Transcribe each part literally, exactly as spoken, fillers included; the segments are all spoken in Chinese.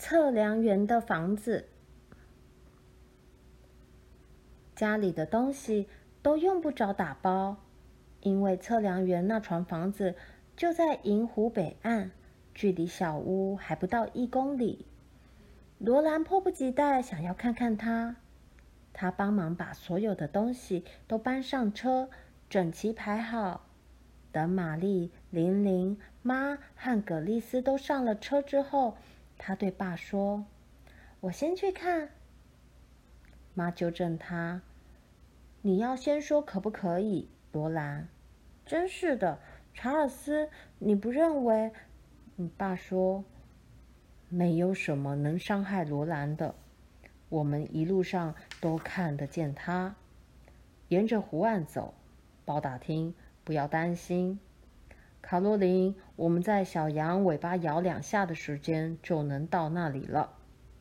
测量员的房子。家里的东西都用不着打包，因为测量员那幢房子就在银湖北岸，距离小屋还不到一公里。罗兰迫不及待想要看看它。他帮忙把所有的东西都搬上车，整齐排好。等玛丽、琳琳、妈和葛丽丝都上了车之后，他对爸说：“我先去看。”妈纠正他：“你要先说可不可以，罗兰？”真是的，查尔斯，你不认为？爸说：“没有什么能伤害罗兰的。我们一路上都看得见他。沿着湖岸走，包打听，不要担心。卡洛琳，我们在小羊尾巴摇两下的时间就能到那里了。”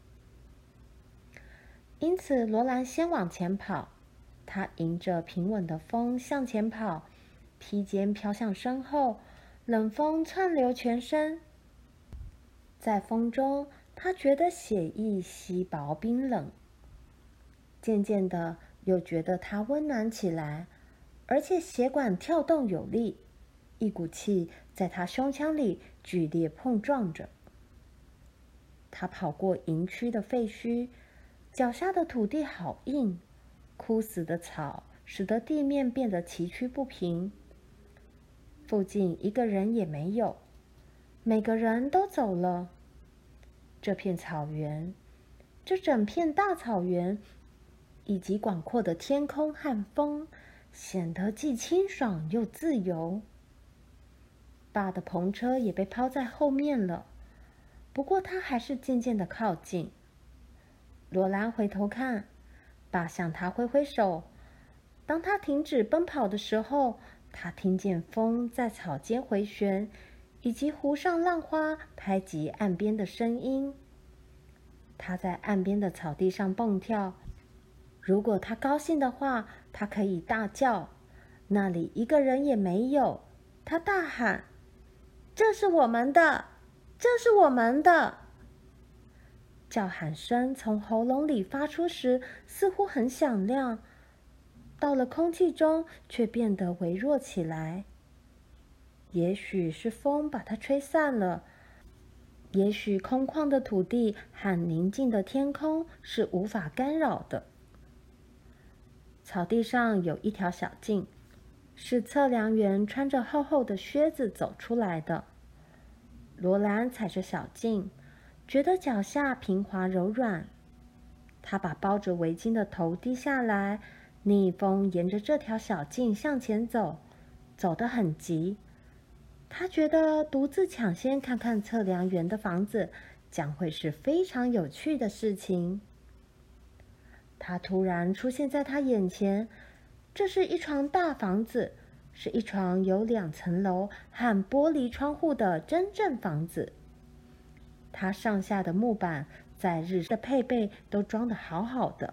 因此，罗兰先往前跑。他迎着平稳的风向前跑，披肩飘向身后，冷风窜流全身。在风中，他觉得血液稀薄冰冷。渐渐的，又觉得它温暖起来，而且血管跳动有力，一股气在他胸腔里剧烈碰撞着。他跑过营区的废墟，脚下的土地好硬，枯死的草使得地面变得崎岖不平。附近一个人也没有，每个人都走了。这片草原，这整片大草原，以及广阔的天空和风，显得既清爽又自由。爸的篷车也被抛在后面了，不过他还是渐渐的靠近。罗兰回头看，爸向他挥挥手。当他停止奔跑的时候，他听见风在草间回旋，以及湖上浪花拍击岸边的声音。他在岸边的草地上蹦跳。如果他高兴的话，他可以大叫。那里一个人也没有。他大喊：“这是我们的，这是我们的！”叫喊声从喉咙里发出时，似乎很响亮，到了空气中却变得微弱起来。也许是风把它吹散了，也许空旷的土地和宁静的天空是无法干扰的。草地上有一条小径，是测量员穿着厚厚的靴子走出来的。罗兰踩着小径，觉得脚下平滑柔软。他把包着围巾的头低下来，逆风沿着这条小径向前走，走得很急。他觉得独自抢先看看测量员的房子，将会是非常有趣的事情。他突然出现在他眼前，这是一幢大房子，是一幢有两层楼和玻璃窗户的真正房子。它上下的木板在日式的配备都装得好好的。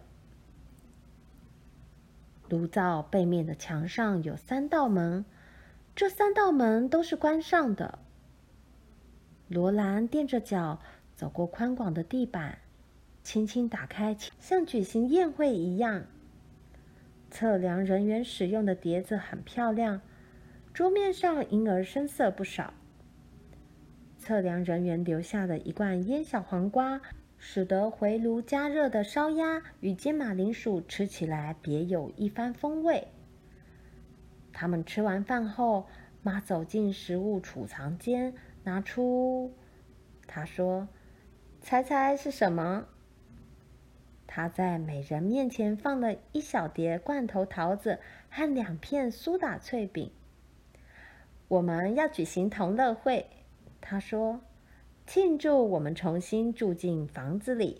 炉灶背面的墙上有三道门，这三道门都是关上的。罗兰踮着脚走过宽广的地板，轻轻打开，像举行宴会一样。测量人员使用的碟子很漂亮，桌面上因而深色不少。测量人员留下的一罐腌小黄瓜，使得回炉加热的烧鸭与煎马铃薯吃起来别有一番风味。他们吃完饭后，妈走进食物储藏间，拿出……她说：“猜猜是什么？”他在每人面前放了一小碟罐头桃子和两片苏打脆饼。我们要举行同乐会，他说，庆祝我们重新住进房子里。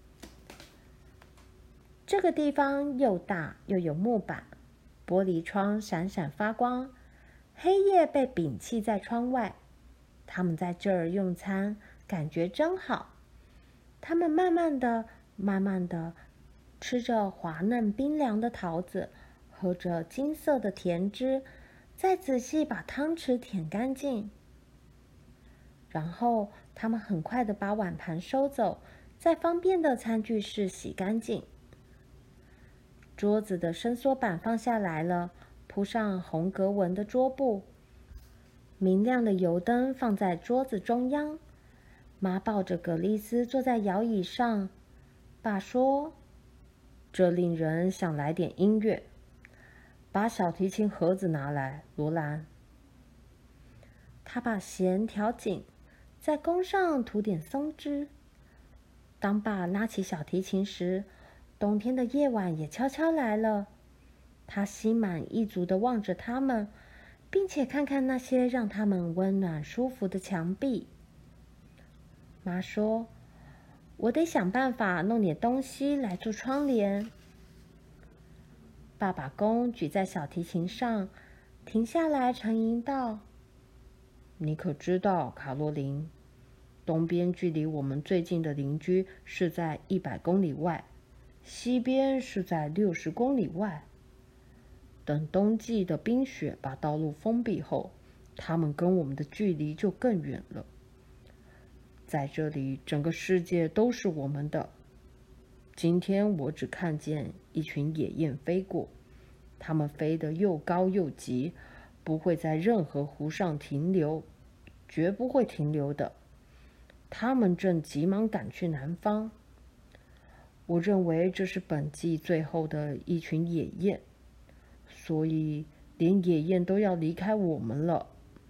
这个地方又大又有木板，玻璃窗闪闪发光，黑夜被摒弃在窗外。他们在这儿用餐，感觉真好。他们慢慢的慢慢的吃着滑嫩冰凉的桃子，喝着金色的甜汁，再仔细把汤匙舔干净。然后他们很快的把碗盘收走，在方便的餐具室洗干净。桌子的伸缩板放下来了，铺上红格纹的桌布。明亮的油灯放在桌子中央。妈抱着葛丽丝坐在摇椅上。爸说：“这令人想来点音乐。把小提琴盒子拿来，罗兰。”他把弦调紧，在弓上涂点松脂。当爸拉起小提琴时，冬天的夜晚也悄悄来了。他心满意足地望着他们，并且看看那些让他们温暖舒服的墙壁。妈说：“我得想办法弄点东西来做窗帘。”爸把弓举在小提琴上，停下来沉吟道：“你可知道，卡洛琳，东边距离我们最近的邻居是在一百公里外，西边是在六十公里外。等冬季的冰雪把道路封闭后，他们跟我们的距离就更远了。在这里，整个世界都是我们的。今天我只看见一群野雁飞过，它们飞得又高又急，不会在任何湖上停留，绝不会停留的。它们正急忙赶去南方。我认为这是本季最后的一群野雁，所以连野雁都要离开我们了。”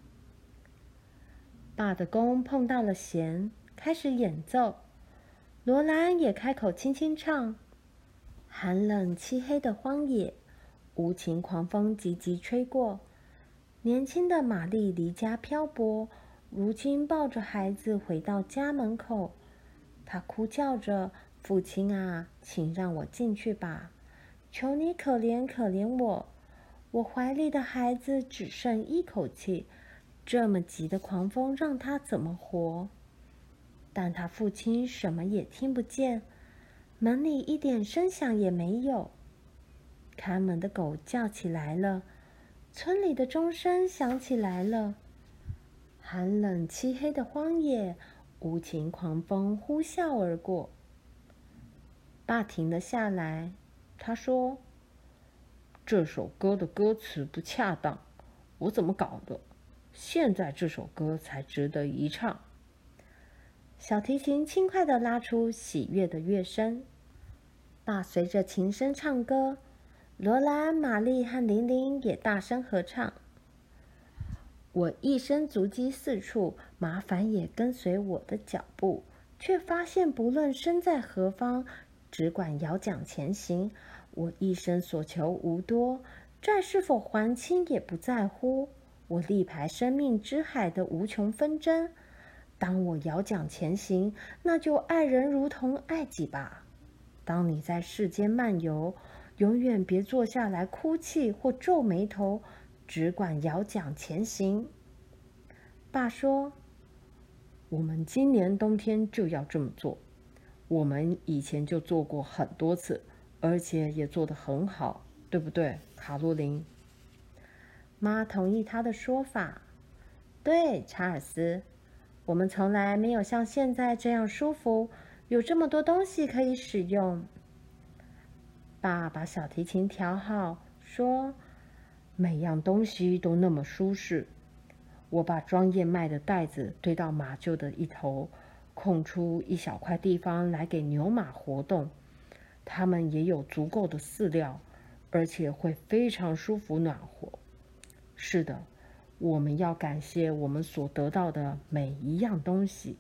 爸的弓碰到了弦，开始演奏。罗兰也开口轻轻唱：“寒冷漆黑的荒野，无情狂风急急吹过。年轻的玛丽离家漂泊，如今抱着孩子回到家门口。她哭叫着：‘父亲啊，请让我进去吧！求你可怜可怜我，我怀里的孩子只剩一口气。’这么急的狂风让他怎么活？”但他父亲什么也听不见，门里一点声响也没有。看门的狗叫起来了，村里的钟声响起来了。寒冷漆黑的荒野，无情狂风呼啸而过。爸停了下来，他说：“这首歌的歌词不恰当，我怎么搞的？现在这首歌才值得一唱。”小提琴轻快地拉出喜悦的乐声，爸随着琴声唱歌，罗兰、玛丽和玲玲也大声合唱。我一生足迹四处，麻烦也跟随我的脚步，却发现不论身在何方，只管摇桨前行。我一生所求无多，债是否还清也不在乎。我力排生命之海的无穷纷争。当我摇桨前行，那就爱人如同爱己吧。当你在世间漫游，永远别坐下来哭泣或皱眉头，只管摇桨前行。爸说：“我们今年冬天就要这么做。我们以前就做过很多次，而且也做得很好，对不对，卡洛琳？”妈同意他的说法。对，查尔斯，我们从来没有像现在这样舒服，有这么多东西可以使用。爸把小提琴调好，说：“每样东西都那么舒适。我把装燕麦的袋子堆到马厩的一头，空出一小块地方来给牛马活动。它们也有足够的饲料，而且会非常舒服暖和。是的，我们要感谢我们所得到的每一样东西。”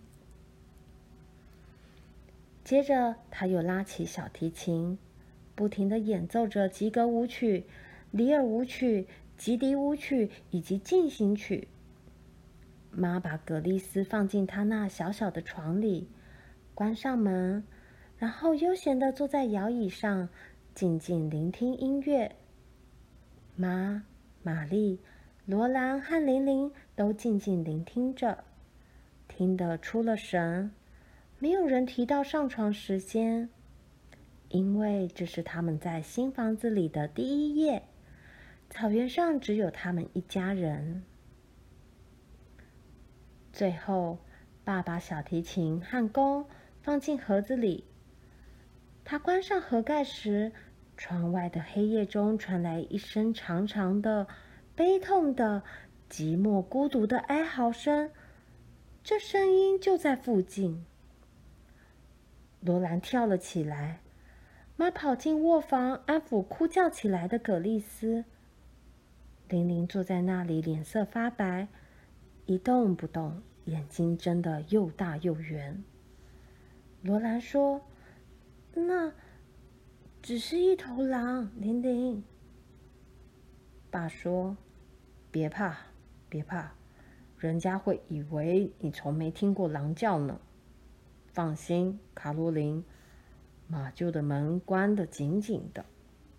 接着，他又拉起小提琴，不停地演奏着吉格舞曲、里尔舞曲、吉迪舞曲以及进行曲。妈把格丽斯放进她那小小的床里，关上门，然后悠闲地坐在摇椅上，静静聆听音乐。妈、玛丽、罗兰和玲玲都静静聆听着，听得出了神。没有人提到上床时间，因为这是他们在新房子里的第一夜。草原上只有他们一家人。最后， 爸把小提琴和弓放进盒子里。他关上盒盖时，窗外的黑夜中传来一声长长的、悲痛的、寂寞孤独的哀嚎声。这声音就在附近。罗兰跳了起来，妈跑进卧房安抚哭叫起来的葛丽丝。玲玲坐在那里，脸色发白，一动不动，眼睛睁得又大又圆。罗兰说：“那只是一头狼，玲玲。”爸说：“别怕，别怕，人家会以为你从没听过狼叫呢。放心，卡罗琳，马厩的门关得紧紧的。”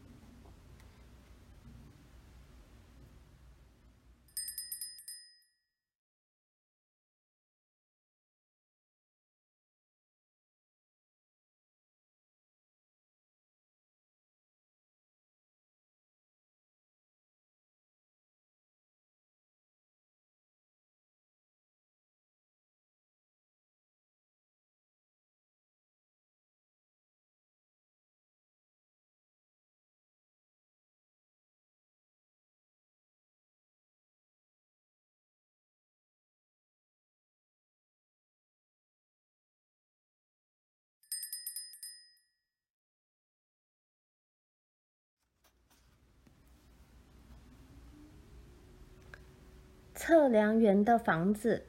测量员的房子，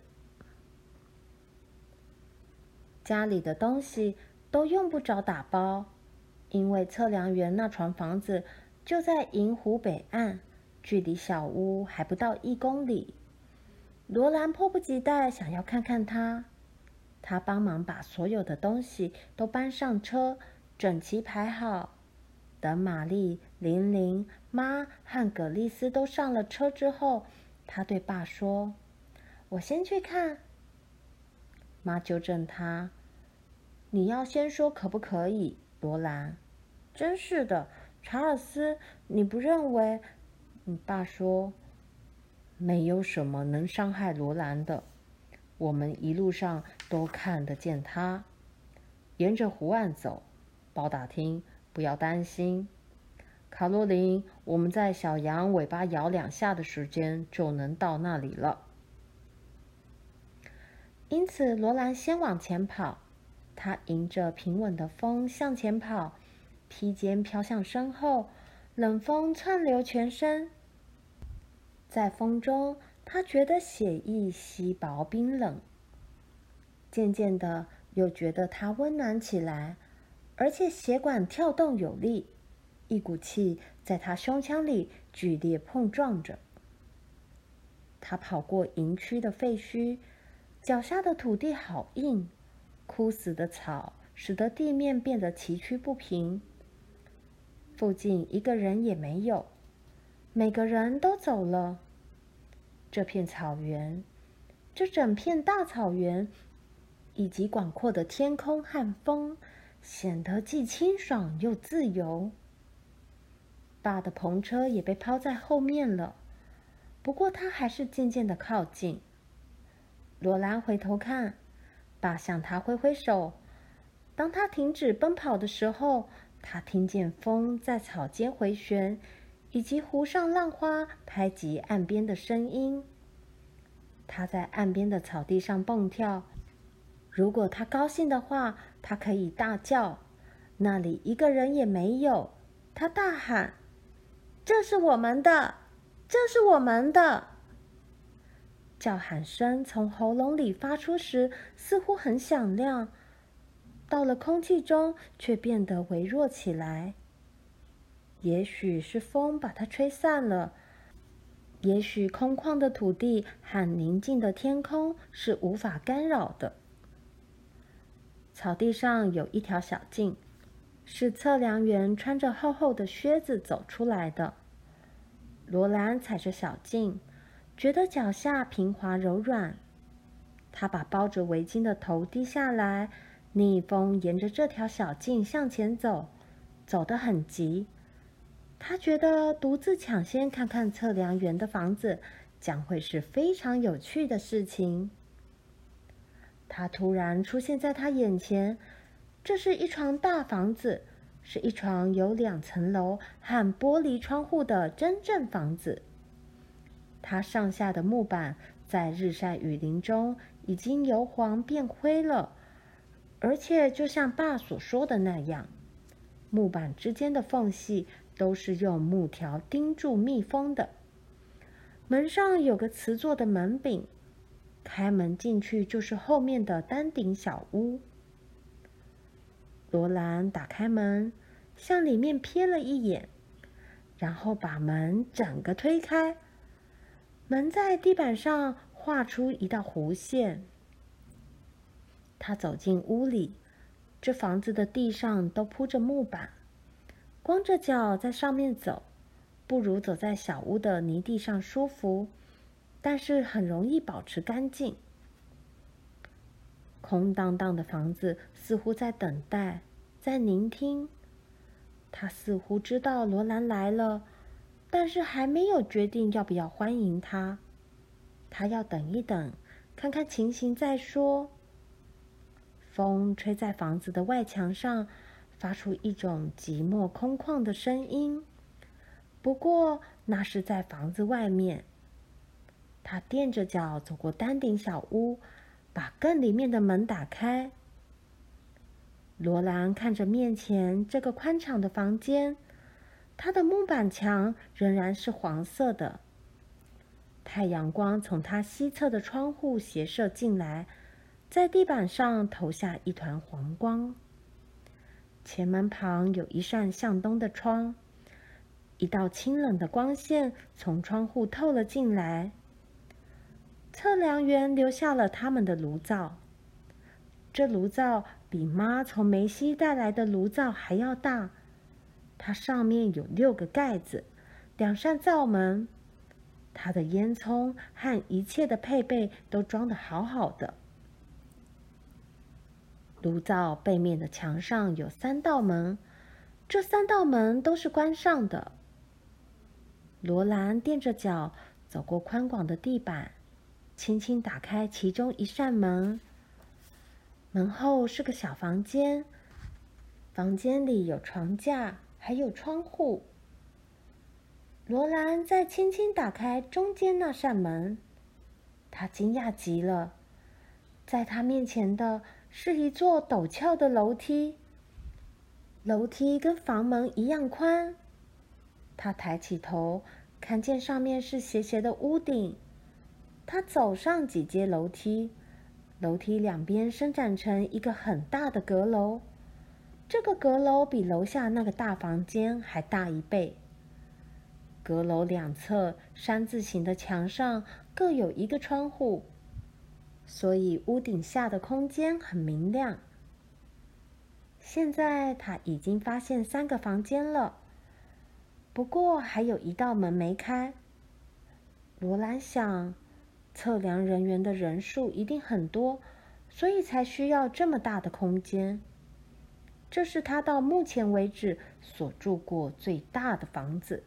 家里的东西都用不着打包，因为测量员那幢房子就在银湖北岸，距离小屋还不到一公里。罗兰迫不及待想要看看它。他帮忙把所有的东西都搬上车，整齐排好。等玛丽、玲玲、妈和葛丽丝都上了车之后，他对爸说：“我先去看。”妈纠正他：“你要先说可不可以，罗兰。”“真是的，查尔斯，你不认为？”爸说：“没有什么能伤害罗兰的。我们一路上都看得见他。沿着湖岸走，包打听，不要担心。卡洛琳，我们在小羊尾巴摇两下的时间就能到那里了。”因此，罗兰先往前跑。他迎着平稳的风向前跑，披肩飘向身后，冷风窜流全身。在风中，他觉得血液稀薄冰冷。渐渐的，又觉得它温暖起来，而且血管跳动有力，一股气在他胸腔里剧烈碰撞着。他跑过营区的废墟，脚下的土地好硬，枯死的草使得地面变得崎岖不平。附近一个人也没有，每个人都走了。这片草原，这整片大草原，以及广阔的天空和风，显得既清爽又自由。爸的篷车也被抛在后面了，不过他还是渐渐的靠近。罗兰回头看，爸向他挥挥手。当他停止奔跑的时候，他听见风在草间回旋，以及湖上浪花拍击岸边的声音。他在岸边的草地上蹦跳。如果他高兴的话，他可以大叫。那里一个人也没有。他大喊：“这是我们的，这是我们的！”叫喊声从喉咙里发出时，似乎很响亮，到了空气中却变得微弱起来。也许是风把它吹散了，也许空旷的土地和宁静的天空是无法干扰的。草地上有一条小径，是测量员穿着厚厚的靴子走出来的。罗兰踩着小径，觉得脚下平滑柔软。他把包着围巾的头低下来，逆风沿着这条小径向前走，走得很急。他觉得独自抢先看看测量员的房子，将会是非常有趣的事情。 它突然出现在他眼前，这是一幢大房子，是一幢有两层楼和玻璃窗户的真正房子。它上下的木板在日晒雨淋中已经由黄变灰了，而且就像爸所说的那样，木板之间的缝隙都是用木条钉住密封的。门上有个瓷做的门柄，开门进去就是后面的单顶小屋。罗兰打开门，向里面瞥了一眼，然后把门整个推开。门在地板上画出一道弧线。他走进屋里，这房子的地上都铺着木板，光着脚在上面走，不如走在小屋的泥地上舒服，但是很容易保持干净。空荡荡的房子似乎在等待，在聆听。他似乎知道罗兰来了，但是还没有决定要不要欢迎他。他要等一等，看看情形再说。风吹在房子的外墙上，发出一种寂寞空旷的声音。不过那是在房子外面。他踮着脚走过单顶小屋，把更里面的门打开。罗兰看着面前这个宽敞的房间，它的木板墙仍然是黄色的。太阳光从它西侧的窗户斜射进来，在地板上投下一团黄光。前门旁有一扇向东的窗，一道清冷的光线从窗户透了进来。测量员留下了他们的炉灶，这炉灶比妈从梅西带来的炉灶还要大，它上面有六个盖子，两扇灶门，它的烟囱和一切的配备都装得好好的。炉灶背面的墙上有三道门，这三道门都是关上的。罗兰踮着脚走过宽广的地板，轻轻打开其中一扇门。门后是个小房间，房间里有床架，还有窗户。罗兰再轻轻打开中间那扇门，他惊讶极了，在他面前的是一座陡峭的楼梯，楼梯跟房门一样宽。他抬起头，看见上面是斜斜的屋顶。他走上几阶楼梯，楼梯两边伸展成一个很大的阁楼，这个阁楼比楼下那个大房间还大一倍。阁楼两侧山字形的墙上各有一个窗户，所以屋顶下的空间很明亮。现在他已经发现三个房间了，不过还有一道门没开。罗兰想，测量人员的人数一定很多，所以才需要这么大的空间。这是他到目前为止所住过最大的房子。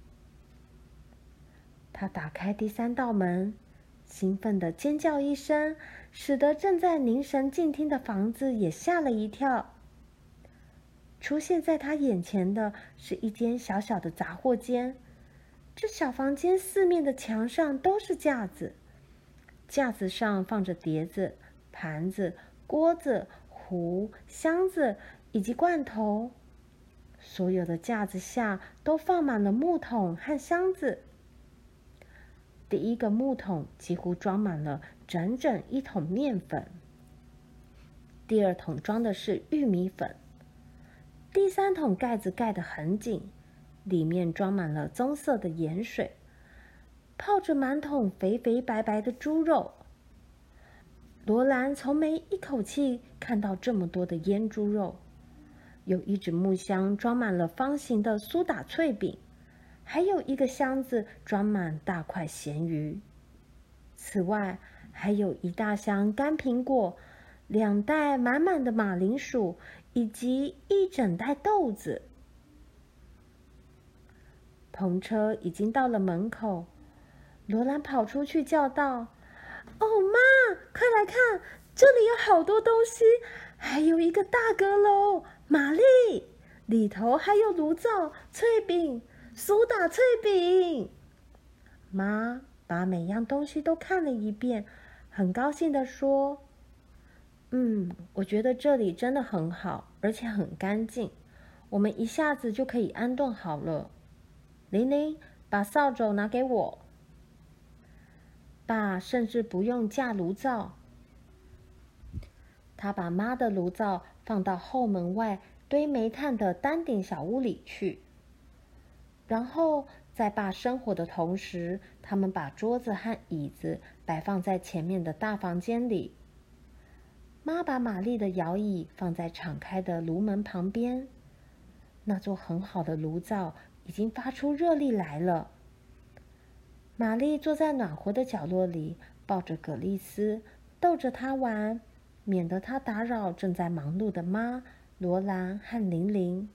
他打开第三道门，兴奋地尖叫一声，使得正在凝神静听的房子也吓了一跳。出现在他眼前的是一间小小的杂货间。这小房间四面的墙上都是架子，架子上放着碟子、盘子、锅子、壶、箱子以及罐头。所有的架子下都放满了木桶和箱子。第一个木桶几乎装满了整整一桶面粉，第二桶装的是玉米粉，第三桶盖子盖得很紧，里面装满了棕色的盐水，泡着满桶肥肥白白的猪肉。罗兰从没一口气看到这么多的腌猪肉。有一只木箱装满了方形的苏打脆饼，还有一个箱子装满大块咸鱼。此外，还有一大箱干苹果，两袋满满的马铃薯，以及一整袋豆子。篷车已经到了门口，罗兰跑出去叫道：“哦，妈，快来看， 这里有好多东西，还有一个大阁楼，玛丽，里头还有炉灶、脆饼、苏打脆饼。妈把每样东西都看了一遍，很高兴地说：“嗯，我觉得这里真的很好，而且很干净，我们一下子就可以安顿好了。玲玲，把扫帚拿给我。”爸甚至不用架炉灶，他把妈的炉灶放到后门外堆煤炭的单顶小屋里去。然后在爸生火的同时，他们把桌子和椅子摆放在前面的大房间里。妈把玛丽的摇椅放在敞开的炉门旁边，那座很好的炉灶已经发出热力来了。玛丽坐在暖和的角落里，抱着葛丽丝，逗着她玩，免得她打扰正在忙碌的妈、罗兰和玲玲。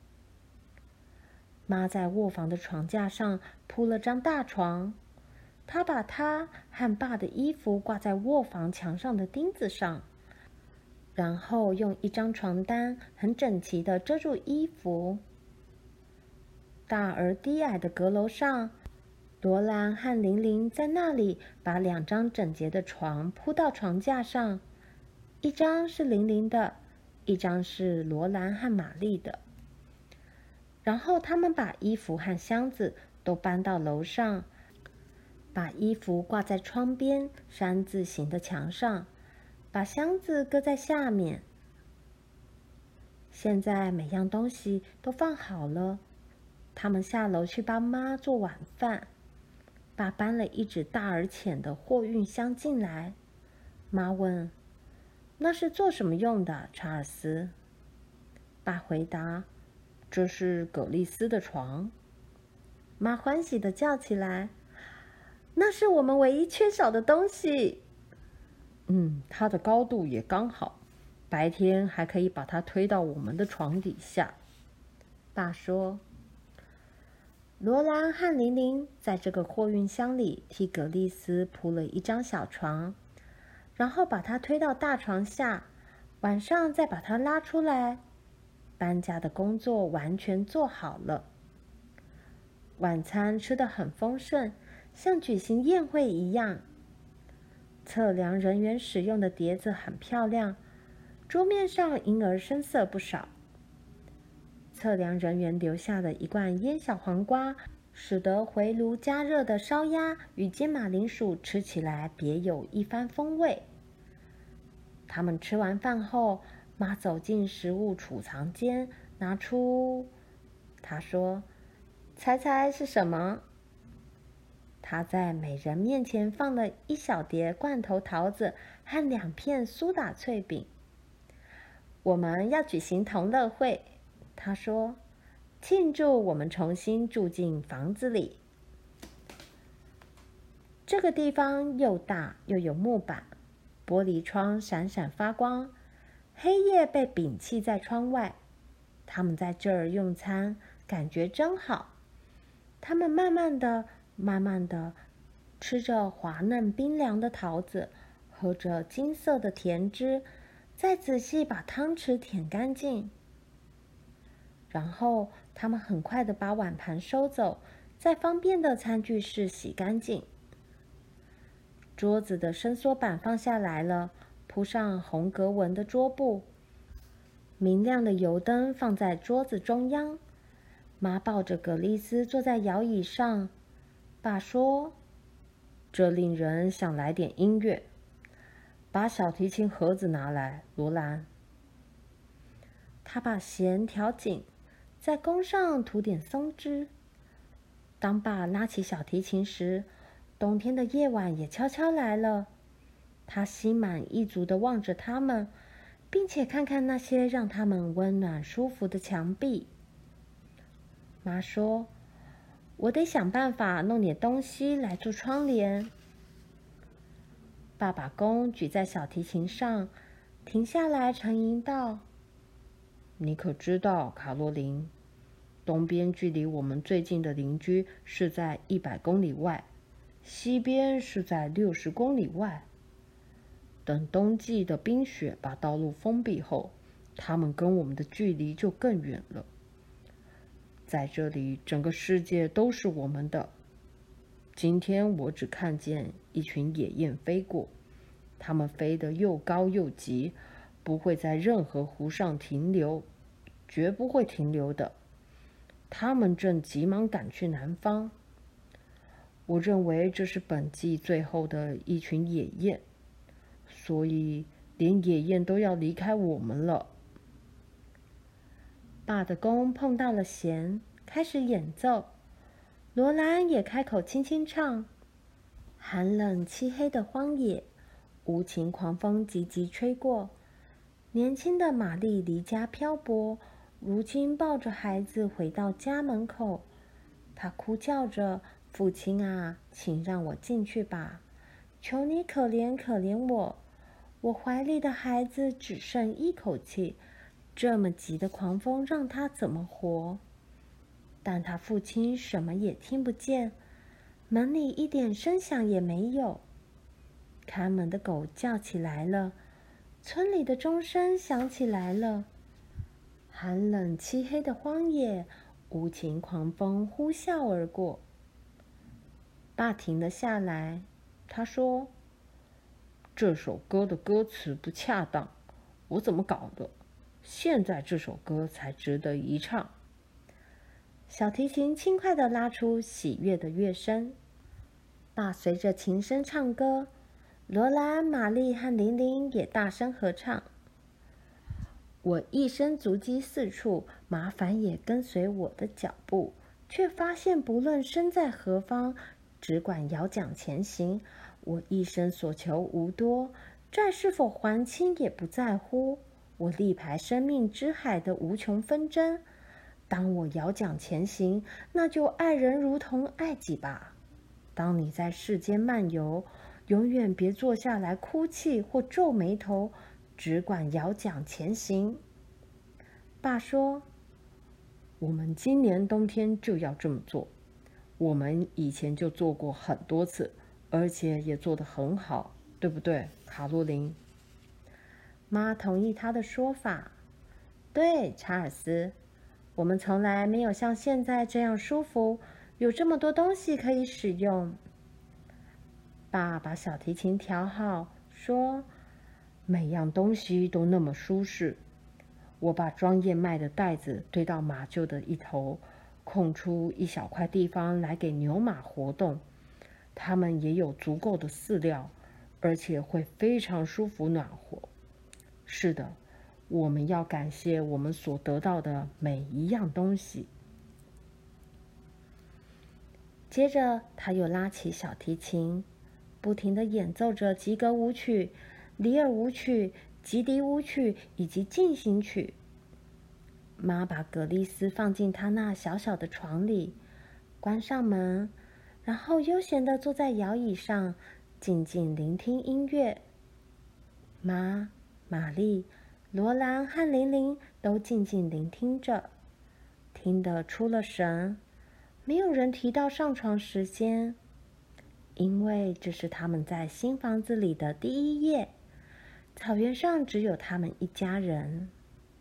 妈在卧房的床架上铺了张大床，她把她和爸的衣服挂在卧房墙上的钉子上，然后用一张床单很整齐地遮住衣服。大而低矮的阁楼上，罗兰和玲玲在那里把两张整洁的床铺到床架上，一张是玲玲的，一张是罗兰和玛丽的。然后他们把衣服和箱子都搬到楼上，把衣服挂在窗边山字形的墙上，把箱子搁在下面。现在每样东西都放好了，他们下楼去帮妈做晚饭。爸搬了一只大而浅的货运箱进来。妈问：“那是做什么用的，查尔斯？”爸回答：“这是葛丽丝的床。”妈欢喜地叫起来：“那是我们唯一缺少的东西。”嗯，它的高度也刚好，白天还可以把它推到我们的床底下。爸说。罗兰和玲玲在这个货运箱里替葛丽丝铺了一张小床，然后把它推到大床下，晚上再把它拉出来。搬家的工作完全做好了。晚餐吃得很丰盛，像举行宴会一样。测量人员使用的碟子很漂亮，桌面上因而深色不少。测量人员留下的一罐腌小黄瓜，使得回炉加热的烧鸭与煎马铃薯吃起来别有一番风味。他们吃完饭后，妈走进食物储藏间，拿出……她说：“猜猜是什么？”她在每人面前放了一小碟罐头桃子和两片苏打脆饼。我们要举行同乐会。他说：“庆祝我们重新住进房子里。这个地方又大又有木板，玻璃窗闪闪发光，黑夜被摒弃在窗外。他们在这儿用餐，感觉真好。他们慢慢的、慢慢的吃着滑嫩冰凉的桃子，喝着金色的甜汁，再仔细把汤匙舔干净。然后他们很快的把碗盘收走，在方便的餐具室洗干净。桌子的伸缩板放下来了，铺上红格纹的桌布。明亮的油灯放在桌子中央。妈抱着葛丽丝坐在摇椅上。爸说：“这令人想来点音乐。把小提琴盒子拿来，罗兰。”他把弦调紧，在弓上涂点松脂。当爸拉起小提琴时，冬天的夜晚也悄悄来了。他心满意足地望着他们，并且看看那些让他们温暖舒服的墙壁。妈说：“我得想办法弄点东西来做窗帘。”爸把弓举在小提琴上，停下来沉吟道：“你可知道，卡洛琳，东边距离我们最近的邻居是在一百公里外，西边是在六十公里外。 等冬季的冰雪把道路封闭后，它们跟我们的距离就更远了。在这里，整个世界都是我们的。今天我只看见一群野雁飞过，它们飞得又高又急，不会在任何湖上停留，绝不会停留的。它们正急忙赶去南方。我认为这是本季最后的一群野雁，所以连野雁都要离开我们了。 爸的弓碰到了弦，开始演奏。罗兰也开口轻轻唱：寒冷漆黑的荒野，无情狂风急急吹过。年轻的玛丽离家漂泊，如今抱着孩子回到家门口，她哭叫着：父亲啊，请让我进去吧！求你可怜可怜我，我怀里的孩子只剩一口气，这么急的狂风让他怎么活？但他父亲什么也听不见，门里一点声响也没有。看门的狗叫起来了，村里的钟声响起来了。寒冷漆黑的荒野，无情狂风呼啸而过。爸停了下来，他说： 这首歌的歌词不恰当，我怎么搞的？现在这首歌才值得一唱。 小提琴轻快地拉出喜悦的乐声，爸随着琴声唱歌，罗兰、玛丽和玲玲也大声合唱。我一生足迹四处，麻烦也跟随我的脚步，却发现不论身在何方，只管摇桨前行。我一生所求无多，债是否还清也不在乎。我力排生命之海的无穷纷争。当我摇桨前行，那就爱人如同爱己吧。当你在世间漫游，永远别坐下来哭泣或皱眉头，只管摇桨前行。爸说： 我们今年冬天就要这么做。我们以前就做过很多次，而且也做得很好，对不对，卡洛琳？ 妈同意他的说法。对，查尔斯，我们从来没有像现在这样舒服，有这么多东西可以使用。爸把小提琴调好，说： 每样东西都那么舒适。我把装燕麦的袋子堆到马厩的一头，空出一小块地方来给牛马活动。它们也有足够的饲料，而且会非常舒服暖和。是的，我们要感谢我们所得到的每一样东西。 接着，他又拉起小提琴，不停地演奏着吉格舞曲、里尔舞曲、吉迪舞曲以及进行曲。妈把格丽斯放进她那小小的床里，关上门，然后悠闲地坐在摇椅上，静静聆听音乐。妈、玛丽、罗兰和玲玲都静静聆听着，听得出了神。没有人提到上床时间，因为这是他们在新房子里的第一夜。草原上只有他们一家人。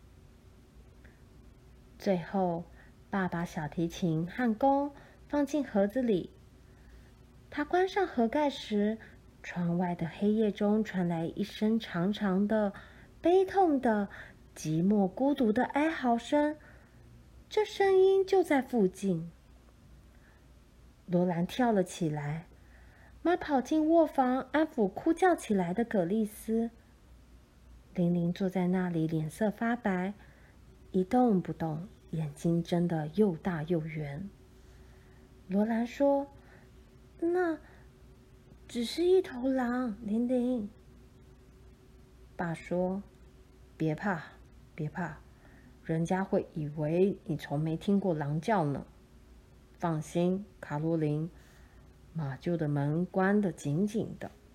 最后，爸把小提琴和弓放进盒子里。他关上盒盖时，窗外的黑夜中传来一声长长的、悲痛的、寂寞孤独的哀嚎声。这声音就在附近。罗兰跳了起来，妈跑进卧房安抚哭叫起来的葛丽丝。玲玲坐在那里，脸色发白，一动不动，眼睛睁得又大又圆。罗兰说：那只是一头狼，玲玲。爸说：别怕，别怕，人家会以为你从没听过狼叫呢。放心，卡洛琳，马厩的门关得紧紧的。